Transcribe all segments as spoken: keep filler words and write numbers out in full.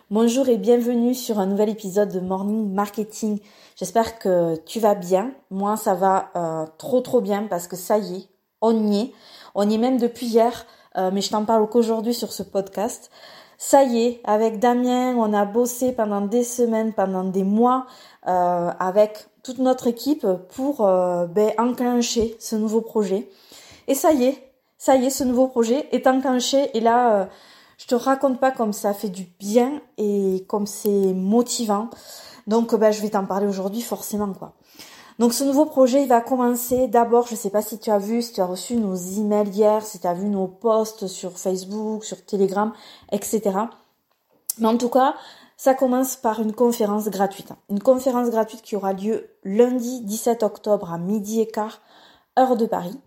Bonjour et bienvenue sur un nouvel épisode de Morning Marketing. J'espère que tu vas bien. Moi, ça va euh, trop trop bien parce que ça y est, on y est. On y est même depuis hier, euh, mais je t'en parle qu'aujourd'hui sur ce podcast. Ça y est, avec Damien, on a bossé pendant des semaines, pendant des mois, euh, avec toute notre équipe pour euh, ben, enclencher ce nouveau projet. Et ça y est, ça y est, ce nouveau projet est enclenché et là... Euh, Je te raconte pas comme ça fait du bien et comme c'est motivant. Donc bah, je vais t'en parler aujourd'hui forcément quoi. Donc ce nouveau projet il va commencer d'abord, je sais pas si tu as vu, si tu as reçu nos emails hier, si tu as vu nos posts sur Facebook, sur Telegram, et cetera. Mais en tout cas, ça commence par une conférence gratuite. Une conférence gratuite qui aura lieu lundi dix-sept octobre à midi et quart, heure de Paris.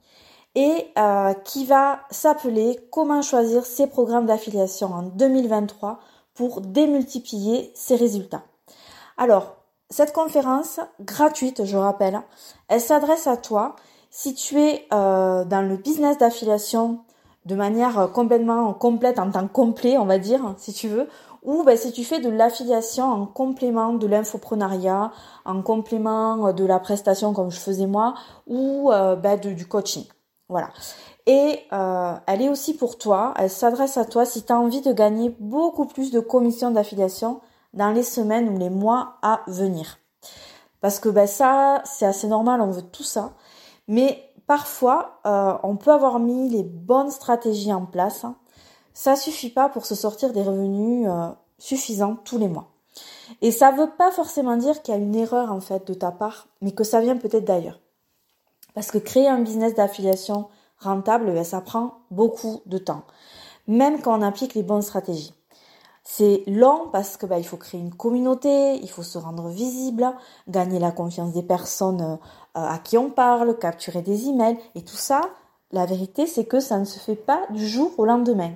Et euh, qui va s'appeler « Comment choisir ses programmes d'affiliation en deux mille vingt-trois pour démultiplier ses résultats ». Alors, cette conférence gratuite, je rappelle, elle s'adresse à toi si tu es euh, dans le business d'affiliation de manière complètement complète, en temps complet, on va dire, si tu veux, ou ben, si tu fais de l'affiliation en complément de l'infoprenariat, en complément de la prestation comme je faisais moi, ou euh, ben, de, du coaching. Voilà. Et euh, elle est aussi pour toi, elle s'adresse à toi si tu as envie de gagner beaucoup plus de commissions d'affiliation dans les semaines ou les mois à venir. Parce que ben, ça, c'est assez normal, on veut tout ça. Mais parfois, euh, on peut avoir mis les bonnes stratégies en place. Ça suffit pas pour se sortir des revenus euh, suffisants tous les mois. Et ça veut pas forcément dire qu'il y a une erreur en fait de ta part, mais que ça vient peut-être d'ailleurs. Parce que créer un business d'affiliation rentable, ben, ça prend beaucoup de temps. Même quand on applique les bonnes stratégies. C'est long parce que ben, il faut créer une communauté, il faut se rendre visible, gagner la confiance des personnes euh, à qui on parle, capturer des emails. Et tout ça, la vérité, c'est que ça ne se fait pas du jour au lendemain.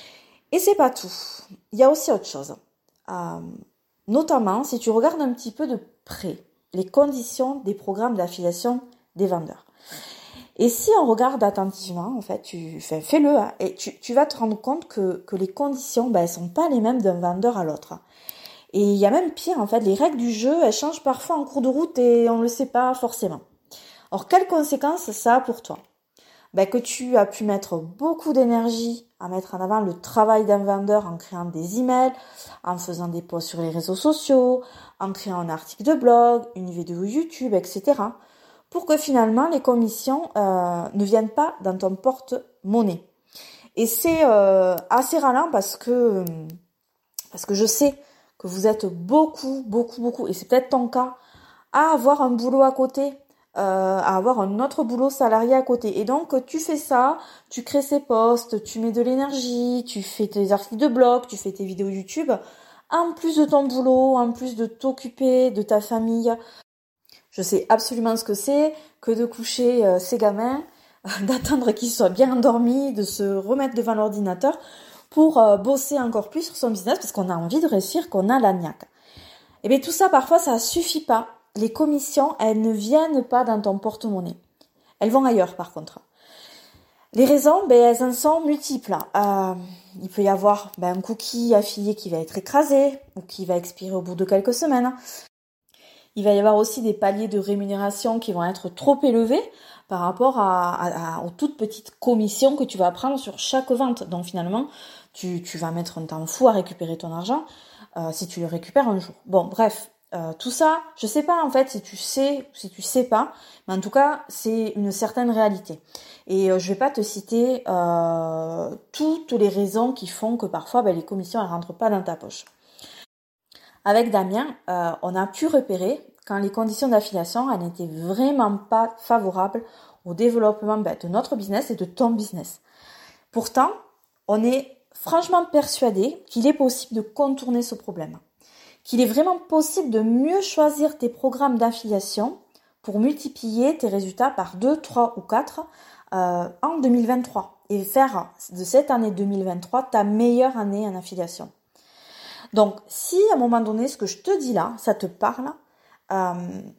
Et c'est pas tout. Il y a aussi autre chose. Euh, notamment, si tu regardes un petit peu de près les conditions des programmes d'affiliation des vendeurs. Et si on regarde attentivement, en fait, tu fais, fais-le, hein, et tu, tu vas te rendre compte que, que les conditions, ben, elles sont pas les mêmes d'un vendeur à l'autre. Et il y a même pire, en fait, les règles du jeu, elles changent parfois en cours de route et on le sait pas forcément. Alors, quelles conséquences ça a pour toi? Ben, que tu as pu mettre beaucoup d'énergie à mettre en avant le travail d'un vendeur en créant des emails, en faisant des posts sur les réseaux sociaux, en créant un article de blog, une vidéo YouTube, et cetera, pour que finalement les commissions euh, ne viennent pas dans ton porte-monnaie. Et c'est euh, assez ralent parce que parce que je sais que vous êtes beaucoup, beaucoup, beaucoup, et c'est peut-être ton cas, à avoir un boulot à côté, euh, à avoir un autre boulot salarié à côté. Et donc tu fais ça, tu crées ces posts, tu mets de l'énergie, tu fais tes articles de blog, tu fais tes vidéos YouTube, en plus de ton boulot, en plus de t'occuper de ta famille. Je sais absolument ce que c'est que de coucher euh, ses gamins, d'attendre qu'ils soient bien endormis, de se remettre devant l'ordinateur pour euh, bosser encore plus sur son business parce qu'on a envie de réussir, qu'on a la niaque. Et bien tout ça, parfois, ça suffit pas. Les commissions, elles ne viennent pas dans ton porte-monnaie. Elles vont ailleurs, par contre. Les raisons, ben, elles en sont multiples. Euh, il peut y avoir ben, un cookie affilié qui va être écrasé ou qui va expirer au bout de quelques semaines. Il va y avoir aussi des paliers de rémunération qui vont être trop élevés par rapport à, à, à, aux toutes petites commissions que tu vas prendre sur chaque vente. Donc finalement, tu, tu vas mettre un temps fou à récupérer ton argent euh, si tu le récupères un jour. Bon, bref, euh, tout ça, je sais pas en fait si tu sais ou si tu sais pas, mais en tout cas, c'est une certaine réalité. Et euh, je vais pas te citer euh, toutes les raisons qui font que parfois ben, les commissions elles rentrent pas dans ta poche. Avec Damien, euh, on a pu repérer quand les conditions d'affiliation elles n'étaient vraiment pas favorables au développement ben, de notre business et de ton business. Pourtant, on est franchement persuadé qu'il est possible de contourner ce problème, qu'il est vraiment possible de mieux choisir tes programmes d'affiliation pour multiplier tes résultats par deux, trois ou quatre euh, en deux mille vingt-trois et faire de cette année deux mille vingt-trois ta meilleure année en affiliation. Donc, si à un moment donné, ce que je te dis là, ça te parle, euh,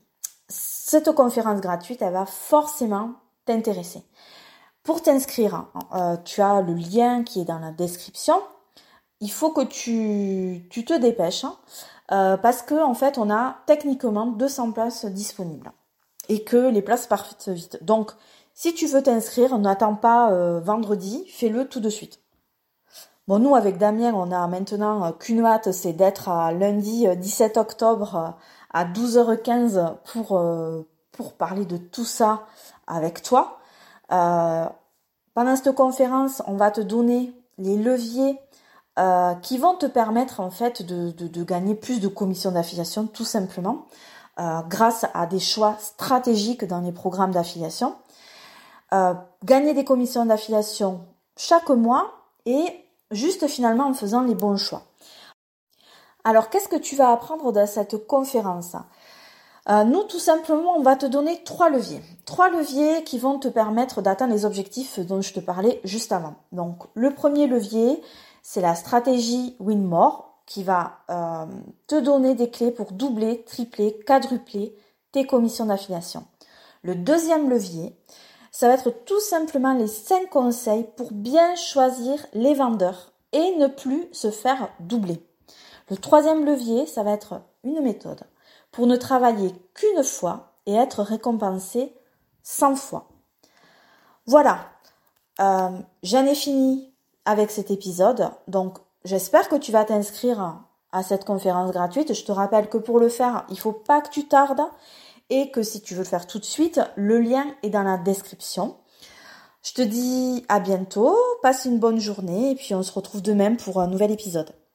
cette conférence gratuite, elle va forcément t'intéresser. Pour t'inscrire, euh, tu as le lien qui est dans la description. il faut que tu, tu te dépêches, hein, euh, parce que en fait, on a techniquement deux cents places disponibles et que les places partent vite. Donc, si tu veux t'inscrire, n'attends pas euh, vendredi, fais-le tout de suite. Bon, nous, avec Damien, on a maintenant euh, qu'une hâte, c'est d'être à lundi euh, dix-sept octobre euh, à douze heures quinze pour, euh, pour parler de tout ça avec toi. Euh, pendant cette conférence, on va te donner les leviers euh, qui vont te permettre en fait de, de, de gagner plus de commissions d'affiliation, tout simplement, euh, grâce à des choix stratégiques dans les programmes d'affiliation. Euh, gagner des commissions d'affiliation chaque mois et juste finalement en faisant les bons choix. Alors, qu'est-ce que tu vas apprendre dans cette conférence ? euh, Nous, tout simplement, on va te donner trois leviers. Trois leviers qui vont te permettre d'atteindre les objectifs dont je te parlais juste avant. Donc, le premier levier, c'est la stratégie Win More qui va euh, te donner des clés pour doubler, tripler, quadrupler tes commissions d'affiliation. Le deuxième levier, ça va être tout simplement les cinq conseils pour bien choisir les vendeurs et ne plus se faire doubler. Le troisième levier, ça va être une méthode pour ne travailler qu'une fois et être récompensé cent fois. Voilà, euh, j'en ai fini avec cet épisode. Donc, j'espère que tu vas t'inscrire à cette conférence gratuite. Je te rappelle que pour le faire, il ne faut pas que tu tardes et que si tu veux le faire tout de suite, le lien est dans la description. Je te dis à bientôt, passe une bonne journée et puis on se retrouve demain pour un nouvel épisode.